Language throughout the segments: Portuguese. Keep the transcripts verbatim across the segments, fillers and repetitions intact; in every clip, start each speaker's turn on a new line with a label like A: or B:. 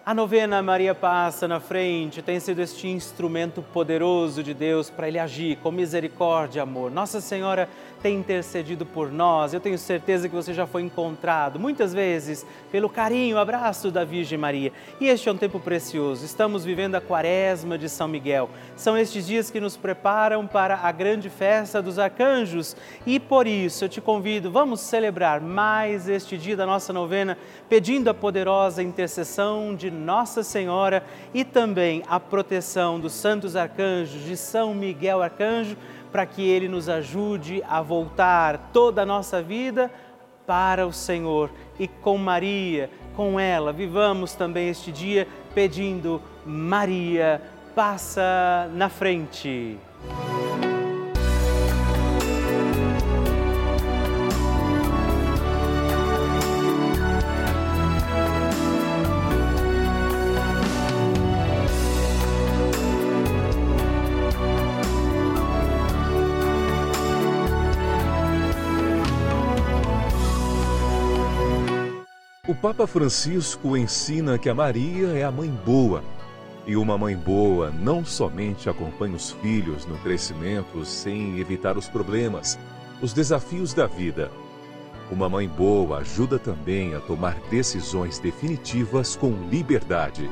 A: A novena Maria Passa na Frente tem sido este instrumento poderoso de Deus para Ele agir com misericórdia e amor. Nossa Senhora tem intercedido por nós, eu tenho certeza que você já foi encontrado, muitas vezes, pelo carinho, abraço da Virgem Maria. E este é um tempo precioso, estamos vivendo a Quaresma de São Miguel. São estes dias que nos preparam para a grande festa dos arcanjos e por isso eu te convido, vamos celebrar mais este dia da nossa novena, pedindo a poderosa intercessão de Nossa Senhora e também a proteção dos santos arcanjos, de São Miguel Arcanjo, para que ele nos ajude a voltar toda a nossa vida para o Senhor. E com Maria, com ela, vivamos também este dia pedindo: Maria, passa na frente.
B: O Papa Francisco ensina que a Maria é a mãe boa. E uma mãe boa não somente acompanha os filhos no crescimento sem evitar os problemas, os desafios da vida. Uma mãe boa ajuda também a tomar decisões definitivas com liberdade.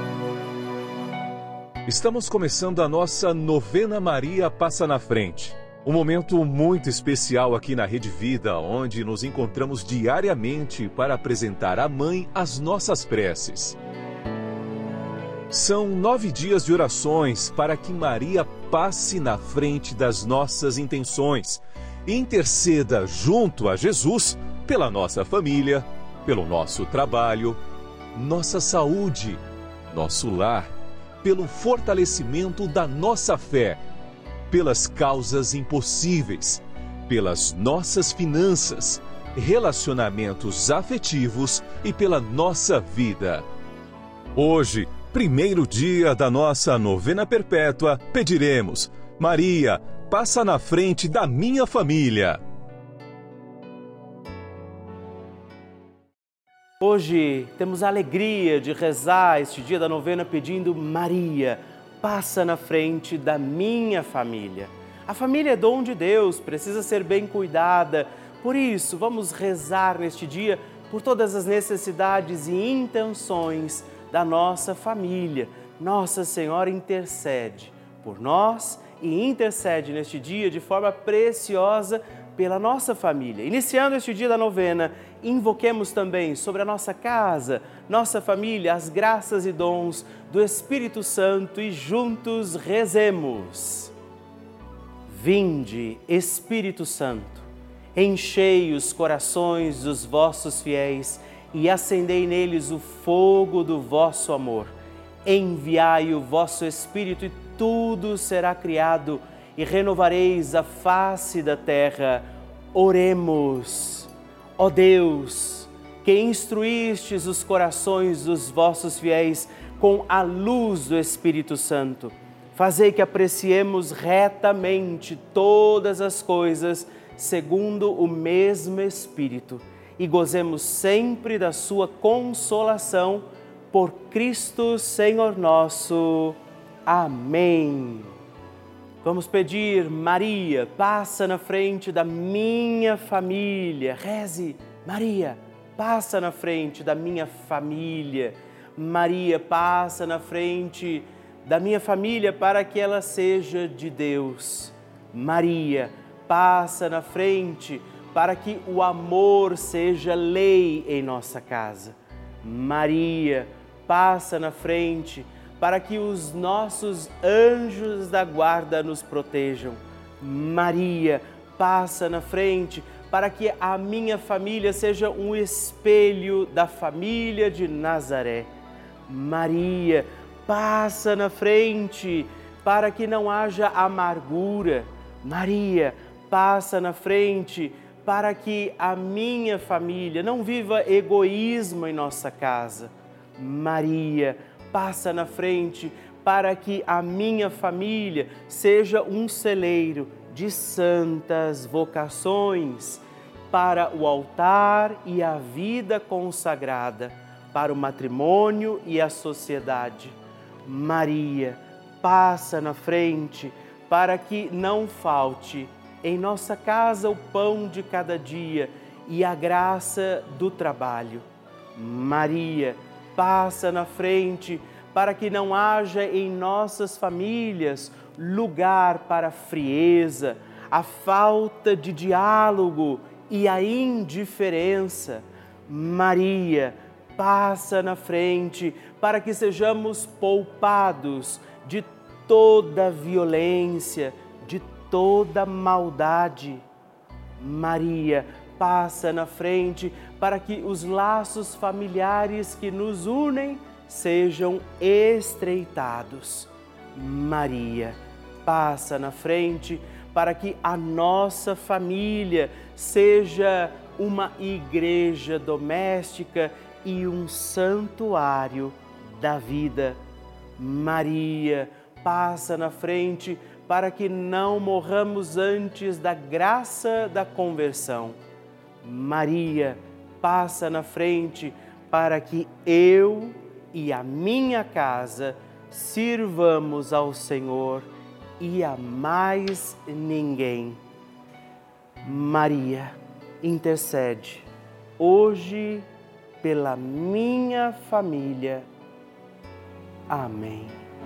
B: Estamos começando a nossa novena Maria Passa na Frente. Um momento muito especial aqui na Rede Vida, onde nos encontramos diariamente para apresentar à Mãe as nossas preces. São nove dias de orações para que Maria passe na frente das nossas intenções e interceda junto a Jesus pela nossa família, pelo nosso trabalho, nossa saúde, nosso lar, pelo fortalecimento da nossa fé, pelas causas impossíveis, pelas nossas finanças, relacionamentos afetivos e pela nossa vida. Hoje, primeiro dia da nossa novena perpétua, pediremos: Maria, passa na frente da minha família.
A: Hoje temos a alegria de rezar este dia da novena pedindo: Maria, passa na frente da minha família. A família é dom de Deus, precisa ser bem cuidada. Por isso, vamos rezar neste dia por todas as necessidades e intenções da nossa família. Nossa Senhora intercede por nós e intercede neste dia de forma preciosa pela nossa família. Iniciando este dia da novena, invoquemos também sobre a nossa casa, nossa família, as graças e dons do Espírito Santo e juntos rezemos. Vinde, Espírito Santo, enchei os corações dos vossos fiéis e acendei neles o fogo do vosso amor. Enviai o vosso Espírito e tudo será criado e renovareis a face da terra. Oremos. Ó Deus, que instruístes os corações dos vossos fiéis com a luz do Espírito Santo, fazei que apreciemos retamente todas as coisas segundo o mesmo Espírito e gozemos sempre da sua consolação por Cristo Senhor nosso. Amém. Vamos pedir: Maria, passa na frente da minha família. Reze: Maria, passa na frente da minha família. Maria, passa na frente da minha família para que ela seja de Deus. Maria, passa na frente para que o amor seja lei em nossa casa. Maria, passa na frente para que os nossos anjos da guarda nos protejam. Maria, passa na frente para que a minha família seja um espelho da família de Nazaré. Maria, passa na frente para que não haja amargura. Maria, passa na frente para que a minha família não viva egoísmo em nossa casa. Maria, passa na frente para que a minha família seja um celeiro de santas vocações para o altar e a vida consagrada. para o matrimônio e a sociedade. Maria, passa na frente para que não falte em nossa casa o pão de cada dia e a graça do trabalho. Maria, passa na frente para que não haja em nossas famílias lugar para a frieza, a falta de diálogo e a indiferença. Maria, passa na frente para que sejamos poupados de toda violência, de toda maldade. Maria, passa na frente para que os laços familiares que nos unem sejam estreitados. Maria, passa na frente para que a nossa família seja uma igreja doméstica e um santuário da vida. Maria, passa na frente para que não morramos antes da graça da conversão. Maria, passa na frente para que eu e a minha casa sirvamos ao Senhor e a mais ninguém. Maria, intercede hoje pela minha família. Amém.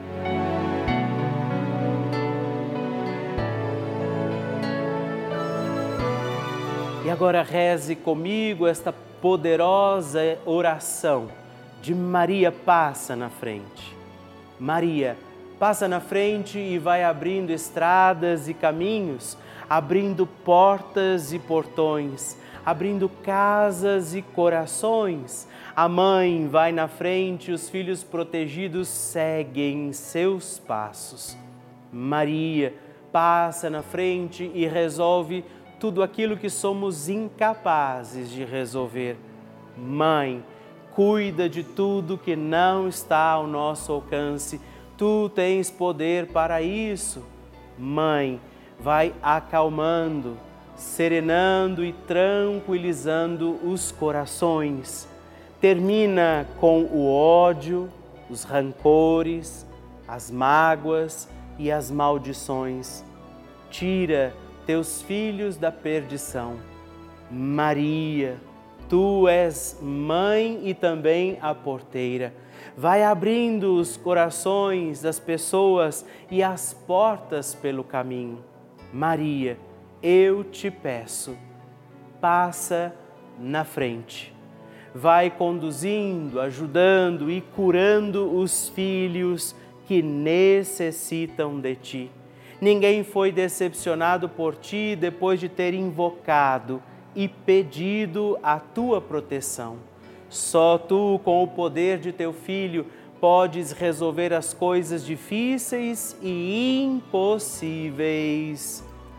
A: E agora reze comigo esta poderosa oração de Maria passa na frente. Maria, passa na frente e vai abrindo estradas e caminhos, abrindo portas e portões, abrindo casas e corações. A mãe vai na frente, os filhos protegidos seguem seus passos. Maria passa na frente e resolve tudo aquilo que somos incapazes de resolver. Mãe, cuida de tudo que não está ao nosso alcance. Tu tens poder para isso. Mãe, vai acalmando, serenando e tranquilizando os corações. Termina com o ódio, os rancores, as mágoas e as maldições. Tira teus filhos da perdição. Maria, tu és mãe e também a porteira. Vai abrindo os corações das pessoas e as portas pelo caminho. Maria, eu te peço, passa na frente. Vai conduzindo, ajudando e curando os filhos que necessitam de ti. Ninguém foi decepcionado por ti depois de ter invocado e pedido a tua proteção. Só tu, com o poder de teu Filho, podes resolver as coisas difíceis e impossíveis.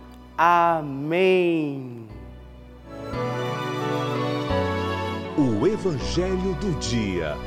A: Amém.
B: O Evangelho do Dia.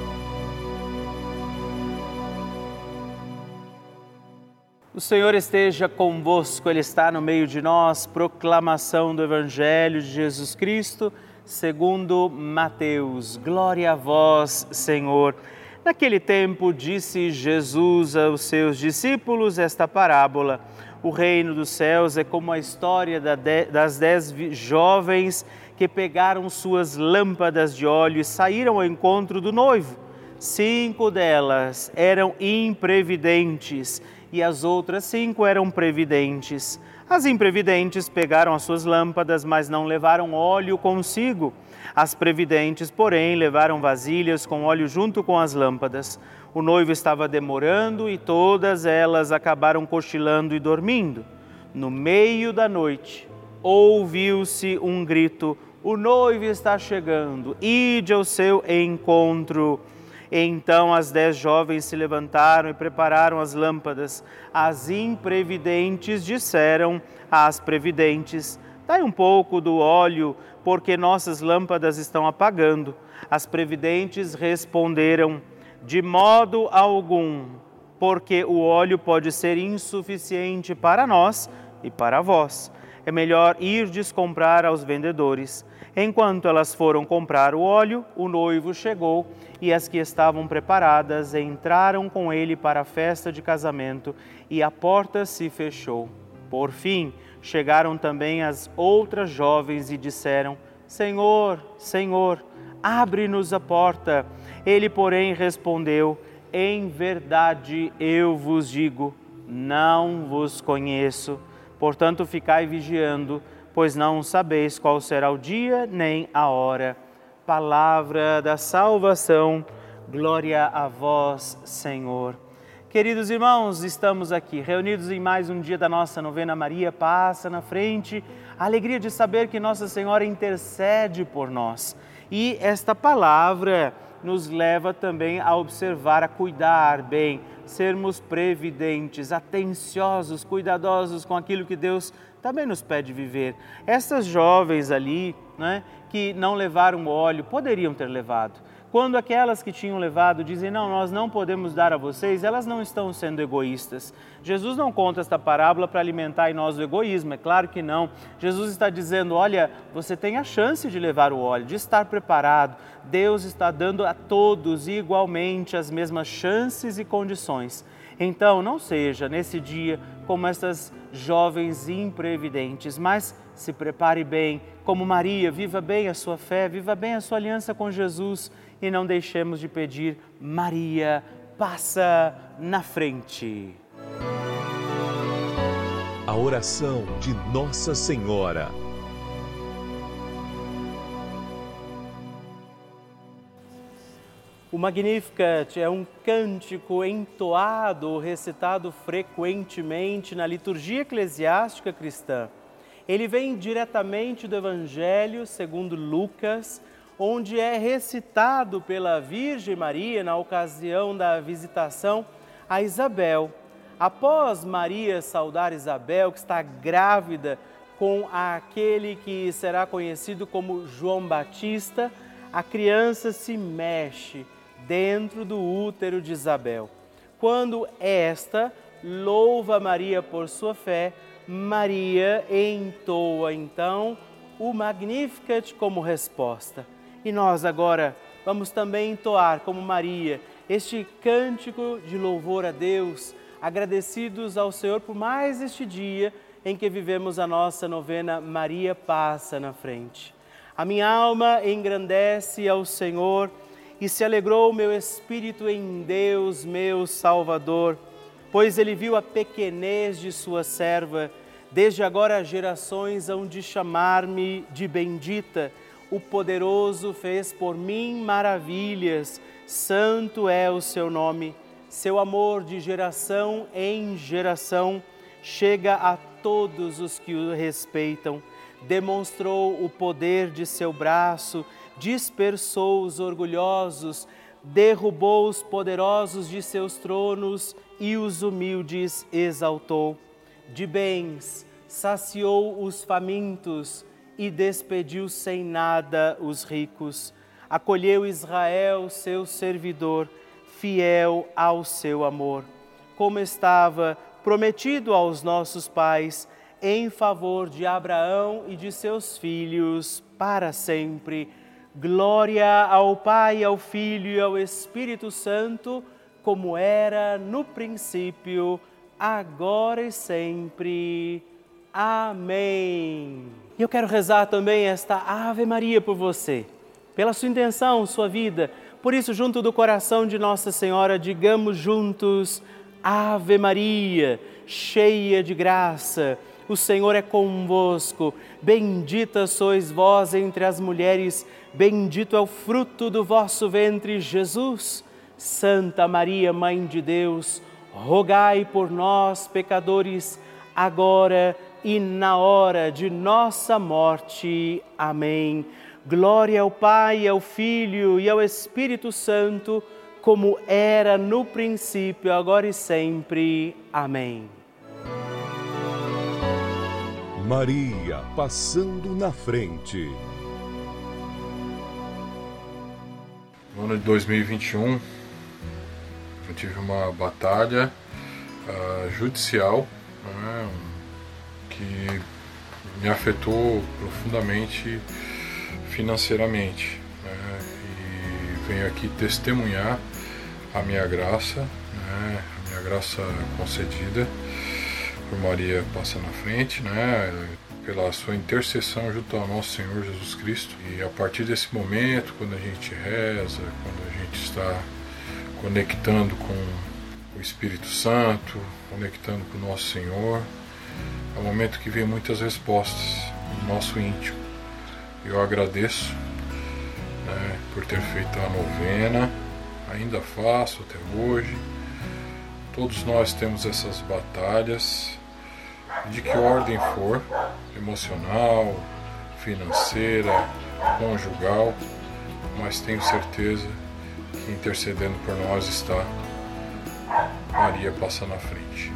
A: O Senhor esteja convosco, Ele está no meio de nós. Proclamação do Evangelho de Jesus Cristo, segundo Mateus. Glória a vós, Senhor. Naquele tempo disse Jesus aos seus discípulos esta parábola. O reino dos céus é como a história das dez jovens que pegaram suas lâmpadas de óleo e saíram ao encontro do noivo. Cinco delas eram imprevidentes e as outras cinco eram previdentes. As imprevidentes pegaram as suas lâmpadas, mas não levaram óleo consigo. As previdentes, porém, levaram vasilhas com óleo junto com as lâmpadas. O noivo estava demorando e todas elas acabaram cochilando e dormindo. No meio da noite, ouviu-se um grito: o noivo está chegando, ide ao seu encontro. Então as dez jovens se levantaram e prepararam as lâmpadas. As imprevidentes disseram às previdentes: dai um pouco do óleo, porque nossas lâmpadas estão apagando. As previdentes responderam: de modo algum, porque o óleo pode ser insuficiente para nós e para vós. É melhor irdes comprar aos vendedores. Enquanto elas foram comprar o óleo, o noivo chegou e as que estavam preparadas entraram com ele para a festa de casamento e a porta se fechou. Por fim, chegaram também as outras jovens e disseram: Senhor, Senhor, abre-nos a porta. Ele, porém, respondeu: Em verdade eu vos digo, não vos conheço. Portanto, ficai vigiando, pois não sabeis qual será o dia nem a hora. Palavra da salvação, glória a vós, Senhor. Queridos irmãos, estamos aqui reunidos em mais um dia da nossa novena Maria Passa na Frente. A alegria de saber que Nossa Senhora intercede por nós. E esta palavra nos leva também a observar, a cuidar bem, sermos previdentes, atenciosos, cuidadosos com aquilo que Deus também nos pede viver. Essas jovens ali, né, que não levaram óleo, poderiam ter levado. Quando aquelas que tinham levado dizem, não, nós não podemos dar a vocês, elas não estão sendo egoístas. Jesus não conta esta parábola para alimentar em nós o egoísmo, é claro que não. Jesus está dizendo, olha, você tem a chance de levar o óleo, de estar preparado. Deus está dando a todos igualmente as mesmas chances e condições. Então, não seja nesse dia como essas jovens imprevidentes, mas se prepare bem, como Maria, viva bem a sua fé, viva bem a sua aliança com Jesus e não deixemos de pedir, Maria, passa na frente.
B: A oração de Nossa Senhora.
A: O Magnificat é um cântico entoado, recitado frequentemente na liturgia eclesiástica cristã. Ele vem diretamente do Evangelho segundo Lucas, onde é recitado pela Virgem Maria na ocasião da visitação a Isabel. Após Maria saudar Isabel, que está grávida com aquele que será conhecido como João Batista, a criança se mexe dentro do útero de Isabel. Quando esta louva Maria por sua fé, Maria entoa então o Magnificat como resposta. E nós agora vamos também entoar como Maria este cântico de louvor a Deus, agradecidos ao Senhor por mais este dia em que vivemos a nossa novena Maria Passa na Frente. A minha alma engrandece ao Senhor e se alegrou o meu espírito em Deus, meu Salvador, pois Ele viu a pequenez de sua serva. Desde agora gerações hão de chamar-me de bendita. O poderoso fez por mim maravilhas, santo é o seu nome. Seu amor de geração em geração chega a todos os que o respeitam. Demonstrou o poder de seu braço, dispersou os orgulhosos, derrubou os poderosos de seus tronos e os humildes exaltou. De bens saciou os famintos e despediu sem nada os ricos. Acolheu Israel, seu servidor, fiel ao seu amor, como estava prometido aos nossos pais, em favor de Abraão e de seus filhos para sempre. Glória ao Pai, ao Filho e ao Espírito Santo, como era no princípio, agora e sempre. Amém. E eu quero rezar também esta Ave Maria por você, pela sua intenção, sua vida. Por isso, junto do coração de Nossa Senhora, digamos juntos, Ave Maria, cheia de graça, o Senhor é convosco. Bendita sois vós entre as mulheres, bendito é o fruto do vosso ventre, Jesus. Santa Maria, Mãe de Deus, rogai por nós, pecadores, agora e na hora de nossa morte. Amém. Glória ao Pai, ao Filho e ao Espírito Santo, como era no princípio, agora e sempre. Amém.
B: Maria passando na frente.
C: No ano de dois mil e vinte e um, eu tive uma batalha uh, judicial, né, que me afetou profundamente financeiramente, né? E venho aqui testemunhar a minha graça, né? A minha graça concedida por Maria Passa na Frente, né? Pela sua intercessão junto ao nosso Senhor Jesus Cristo. E a partir desse momento, quando a gente reza, quando a gente está conectando com o Espírito Santo, conectando com o nosso Senhor, é um momento que vem muitas respostas no nosso íntimo. Eu agradeço, né, por ter feito a novena, ainda faço até hoje. Todos nós temos essas batalhas, de que ordem for, emocional, financeira, conjugal, mas tenho certeza que intercedendo por nós está Maria Passa na Frente.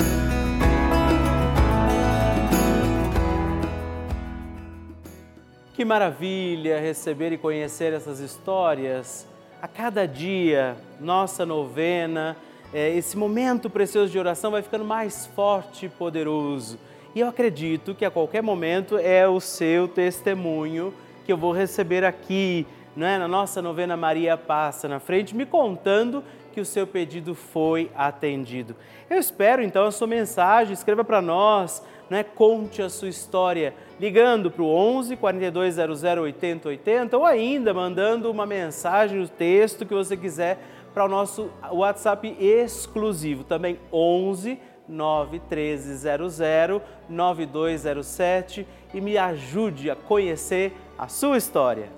A: Que maravilha receber e conhecer essas histórias. A cada dia, nossa novena, esse momento precioso de oração vai ficando mais forte e poderoso. E eu acredito que a qualquer momento é o seu testemunho que eu vou receber aqui, né, na nossa novena Maria Passa na Frente, me contando que o seu pedido foi atendido. Eu espero então a sua mensagem, escreva para nós, né, conte a sua história, ligando para o onze, quarenta e dois zero zero, oitenta oitenta ou ainda mandando uma mensagem, o texto que você quiser para o nosso WhatsApp exclusivo, também onze, nove um três zero zero, nove dois zero sete e me ajude a conhecer a sua história.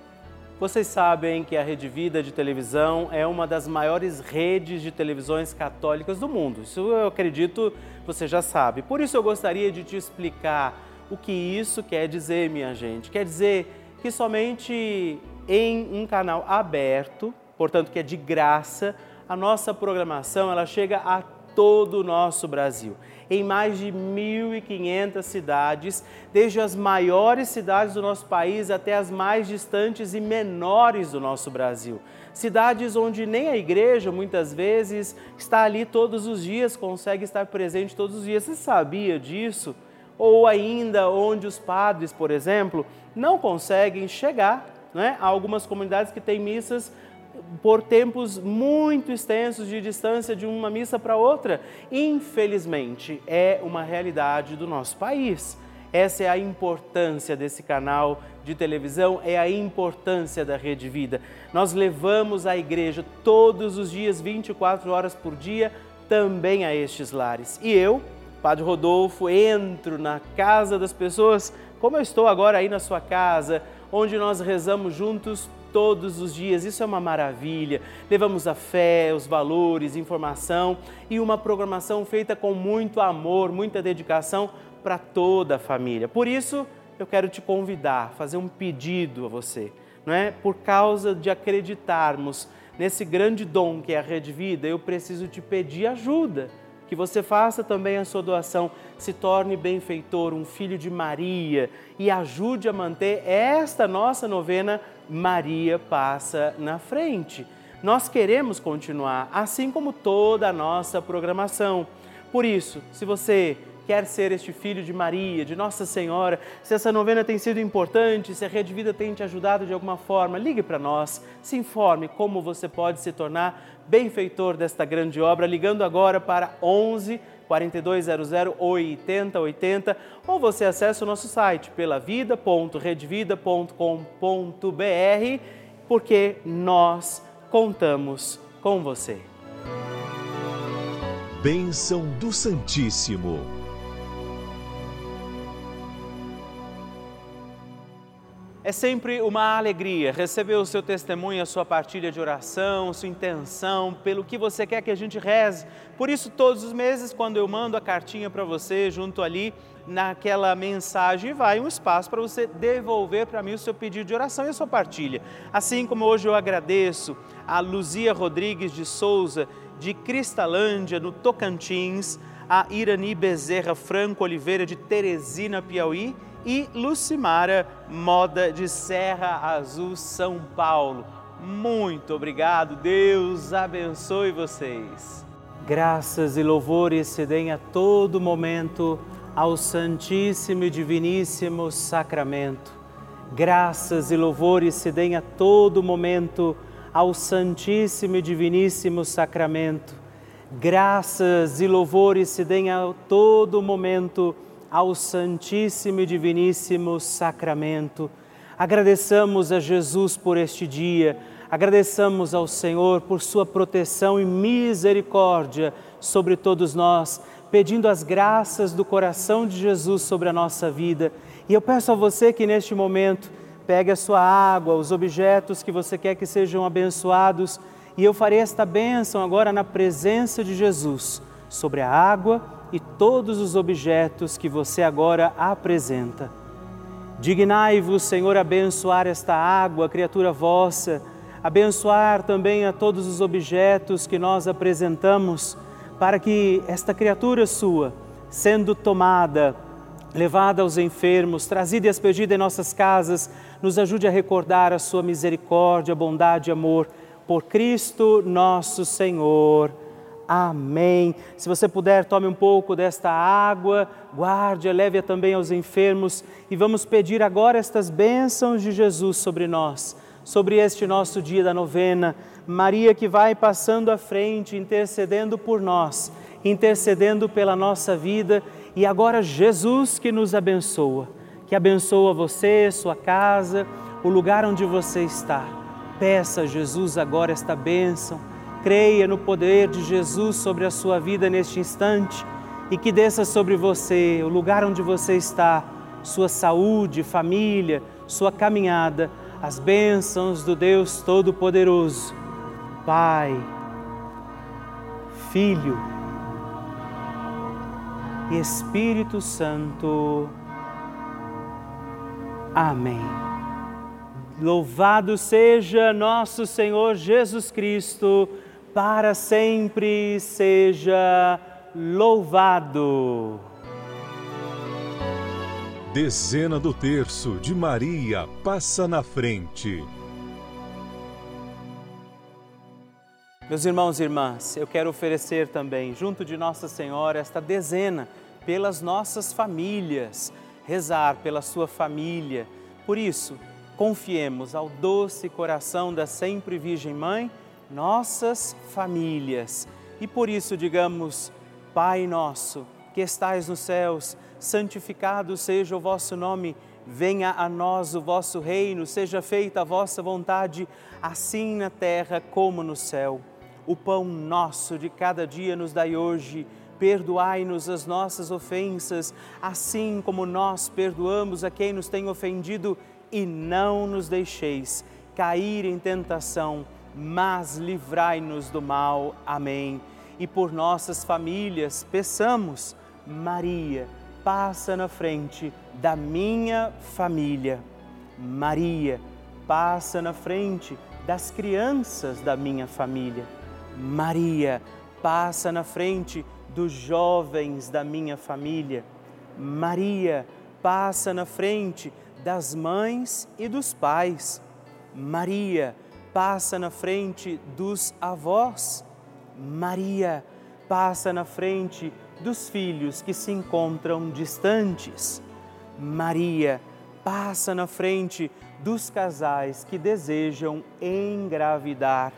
A: Vocês sabem que a Rede Vida de televisão é uma das maiores redes de televisões católicas do mundo. Isso eu acredito você já sabe. Por isso eu gostaria de te explicar o que isso quer dizer, minha gente. Quer dizer que somente em um canal aberto, portanto que é de graça, a nossa programação ela chega a todo o nosso Brasil, em mais de mil e quinhentas cidades, desde as maiores cidades do nosso país até as mais distantes e menores do nosso Brasil. Cidades onde nem a igreja, muitas vezes, está ali todos os dias, consegue estar presente todos os dias. Você sabia disso? Ou ainda onde os padres, por exemplo, não conseguem chegar, né, a algumas comunidades que têm missas por tempos muito extensos de distância de uma missa para outra. Infelizmente, é uma realidade do nosso país. Essa é a importância desse canal de televisão, é a importância da Rede Vida. Nós levamos a igreja todos os dias, vinte e quatro horas por dia, também a estes lares. E eu, Padre Rodolfo, entro na casa das pessoas, como eu estou agora aí na sua casa, onde nós rezamos juntos todos os dias. Isso é uma maravilha. Levamos a fé, os valores, informação e uma programação feita com muito amor, muita dedicação para toda a família. Por isso, eu quero te convidar, fazer um pedido a você, não é? Por causa de acreditarmos nesse grande dom que é a Rede Vida, eu preciso te pedir ajuda. Que você faça também a sua doação, se torne benfeitor, um filho de Maria e ajude a manter esta nossa novena Maria Passa na Frente. Nós queremos continuar, assim como toda a nossa programação. Por isso, se você quer ser este filho de Maria, de Nossa Senhora, se essa novena tem sido importante, se a Rede Vida tem te ajudado de alguma forma, ligue para nós, se informe como você pode se tornar benfeitor desta grande obra, ligando agora para onze, quarenta e dois zero zero, oitenta oitenta ou você acessa o nosso site pelavida ponto redevida ponto com ponto br, porque nós contamos com você.
B: Bênção do Santíssimo.
A: É sempre uma alegria receber o seu testemunho, a sua partilha de oração, sua intenção, pelo que você quer que a gente reze. Por isso, todos os meses, quando eu mando a cartinha para você, junto ali naquela mensagem, vai um espaço para você devolver para mim o seu pedido de oração e a sua partilha. Assim como hoje eu agradeço a Luzia Rodrigues de Souza, de Cristalândia, no Tocantins, a Irani Bezerra Franco Oliveira, de Teresina, Piauí, e Lucimara Moda, de Serra Azul, São Paulo. Muito obrigado, Deus abençoe vocês. Graças e louvores se deem a todo momento ao Santíssimo e Diviníssimo Sacramento. Graças e louvores se deem a todo momento ao Santíssimo e Diviníssimo Sacramento. Graças e louvores se deem a todo momento ao Santíssimo e Diviníssimo Sacramento. Agradeçamos a Jesus por este dia, agradeçamos ao Senhor por sua proteção e misericórdia sobre todos nós, pedindo as graças do coração de Jesus sobre a nossa vida. E eu peço a você que neste momento pegue a sua água, os objetos que você quer que sejam abençoados, e eu farei esta bênção agora na presença de Jesus, sobre a água e todos os objetos que você agora apresenta. Dignai-vos, Senhor, abençoar esta água, criatura vossa, abençoar também a todos os objetos que nós apresentamos, para que esta criatura sua, sendo tomada, levada aos enfermos, trazida e aspergida em nossas casas, nos ajude a recordar a sua misericórdia, bondade e amor, por Cristo nosso Senhor. Amém. Se você puder, tome um pouco desta água, guarde, leve-a também aos enfermos e vamos pedir agora estas bênçãos de Jesus sobre nós, sobre este nosso dia da novena. Maria que vai passando à frente, intercedendo por nós, intercedendo pela nossa vida, e agora Jesus que nos abençoa, que abençoa você, sua casa, o lugar onde você está. Peça a Jesus agora esta bênção, creia no poder de Jesus sobre a sua vida neste instante e que desça sobre você, o lugar onde você está, sua saúde, família, sua caminhada, as bênçãos do Deus Todo-Poderoso, Pai, Filho e Espírito Santo. Amém. Louvado seja nosso Senhor Jesus Cristo, para sempre seja louvado.
B: Dezena do terço de Maria passa na frente.
A: Meus irmãos e irmãs, eu quero oferecer também, junto de Nossa Senhora, esta dezena pelas nossas famílias, rezar pela sua família. Por isso, confiemos ao doce coração da sempre Virgem Mãe nossas famílias. E por isso digamos: Pai nosso, que estais nos céus, santificado seja o vosso nome. Venha a nós o vosso reino, seja feita a vossa vontade, assim na terra como no céu. O pão nosso de cada dia nos dai hoje. Perdoai-nos as nossas ofensas, assim como nós perdoamos a quem nos tem ofendido, e não nos deixeis cair em tentação, mas livrai-nos do mal. Amém. E por nossas famílias, peçamos: Maria, passa na frente da minha família. Maria, passa na frente das crianças da minha família. Maria, passa na frente dos jovens da minha família. Maria, passa na frente das mães e dos pais. Maria, passa na frente dos avós. Maria, passa na frente dos filhos que se encontram distantes. Maria, passa na frente dos casais que desejam engravidar.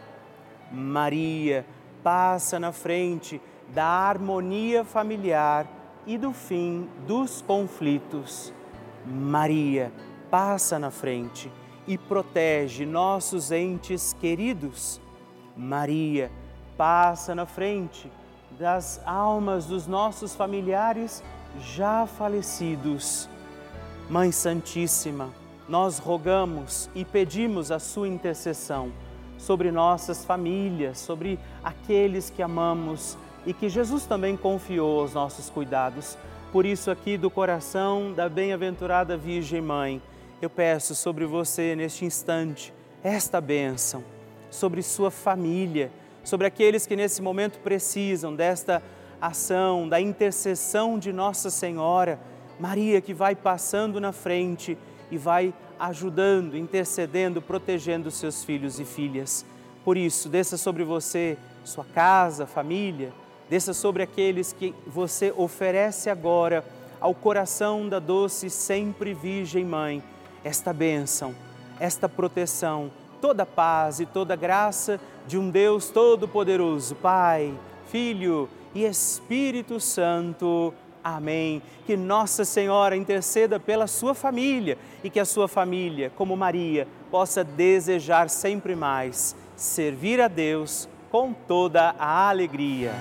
A: Maria, passa na frente da harmonia familiar e do fim dos conflitos. Maria, passa na frente e protege nossos entes queridos. Maria, passa na frente das almas dos nossos familiares já falecidos. Mãe Santíssima, nós rogamos e pedimos a sua intercessão sobre nossas famílias, sobre aqueles que amamos e que Jesus também confiou aos nossos cuidados. Por isso, aqui do coração da bem-aventurada Virgem Mãe, eu peço sobre você neste instante esta bênção, sobre sua família, sobre aqueles que nesse momento precisam desta ação, da intercessão de Nossa Senhora, Maria, que vai passando na frente e vai ajudando, intercedendo, protegendo seus filhos e filhas. Por isso, desça sobre você, sua casa, família, desça sobre aqueles que você oferece agora ao coração da doce sempre Virgem Mãe, esta bênção, esta proteção, toda paz e toda graça de um Deus Todo-Poderoso, Pai, Filho e Espírito Santo. Amém. Que Nossa Senhora interceda pela sua família e que a sua família, como Maria, possa desejar sempre mais servir a Deus com toda a alegria.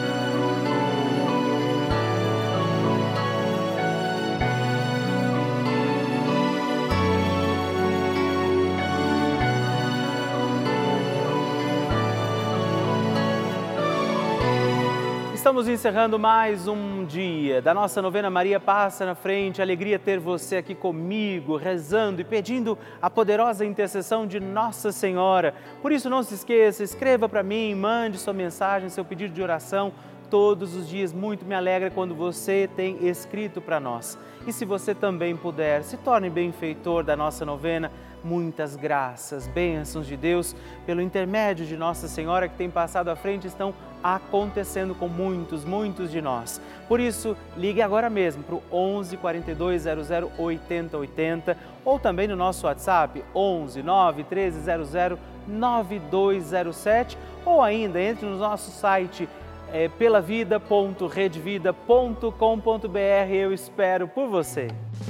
A: Estamos encerrando mais um dia da nossa novena Maria Passa na Frente. Alegria ter você aqui comigo, rezando e pedindo a poderosa intercessão de Nossa Senhora. Por isso não se esqueça, escreva para mim, mande sua mensagem, seu pedido de oração todos os dias. Muito me alegra quando você tem escrito para nós. E se você também puder, se torne benfeitor da nossa novena. Muitas graças, bênçãos de Deus, pelo intermédio de Nossa Senhora que tem passado à frente, estão acontecendo com muitos, muitos de nós. Por isso, ligue agora mesmo para o onze, quarenta e dois, zero zero, oitenta, oitenta ou também no nosso WhatsApp onze, nove, treze, zero zero, nove dois zero sete ou ainda entre no nosso site é, pelavida ponto redvida ponto com ponto br. Eu espero por você.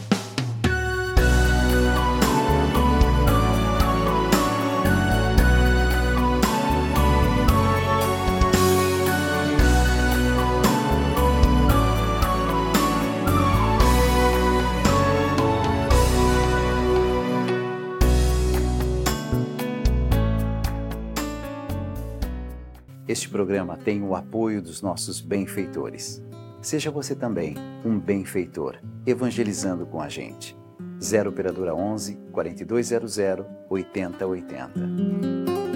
D: Este programa tem o apoio dos nossos benfeitores. Seja você também um benfeitor, evangelizando com a gente. zero operadora onze, quarenta e dois zero zero, oitenta oitenta.